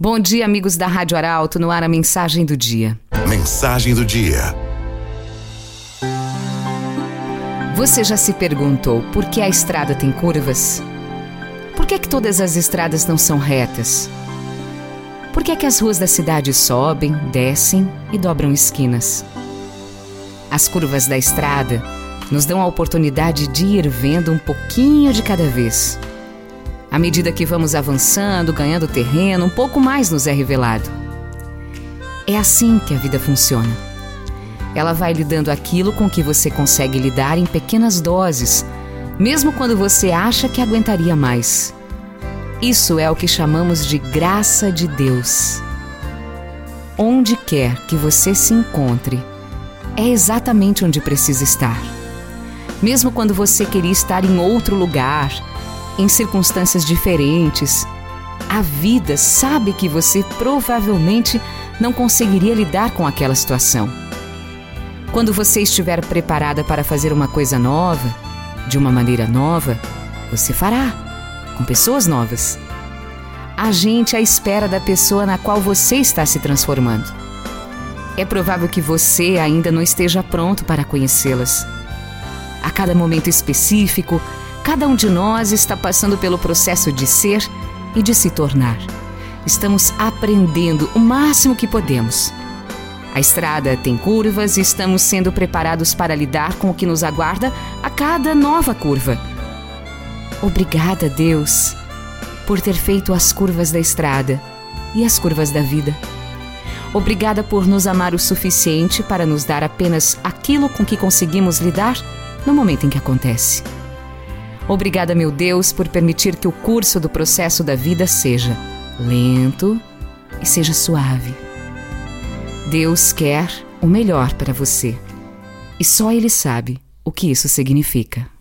Bom dia, amigos da Rádio Arauto, no ar a mensagem do dia. Mensagem do dia. Você já se perguntou por que a estrada tem curvas? Por que todas as estradas não são retas? Por que as ruas da cidade sobem, descem e dobram esquinas? As curvas da estrada nos dão a oportunidade de ir vendo um pouquinho de cada vez. À medida que vamos avançando, ganhando terreno, um pouco mais nos é revelado. É assim que a vida funciona. Ela vai lhe dando aquilo com que você consegue lidar em pequenas doses, mesmo quando você acha que aguentaria mais. Isso é o que chamamos de graça de Deus. Onde quer que você se encontre, é exatamente onde precisa estar. Mesmo quando você queria estar em outro lugar, em circunstâncias diferentes, a vida sabe que você provavelmente não conseguiria lidar com aquela situação. Quando você estiver preparada para fazer uma coisa nova, de uma maneira nova, você fará, com pessoas novas. Há gente à espera da pessoa na qual você está se transformando. É provável que você ainda não esteja pronto para conhecê-las. A cada momento específico, cada um de nós está passando pelo processo de ser e de se tornar. Estamos aprendendo o máximo que podemos. A estrada tem curvas e estamos sendo preparados para lidar com o que nos aguarda a cada nova curva. Obrigada, Deus, por ter feito as curvas da estrada e as curvas da vida. Obrigada por nos amar o suficiente para nos dar apenas aquilo com que conseguimos lidar no momento em que acontece. Obrigada, meu Deus, por permitir que o curso do processo da vida seja lento e seja suave. Deus quer o melhor para você e só Ele sabe o que isso significa.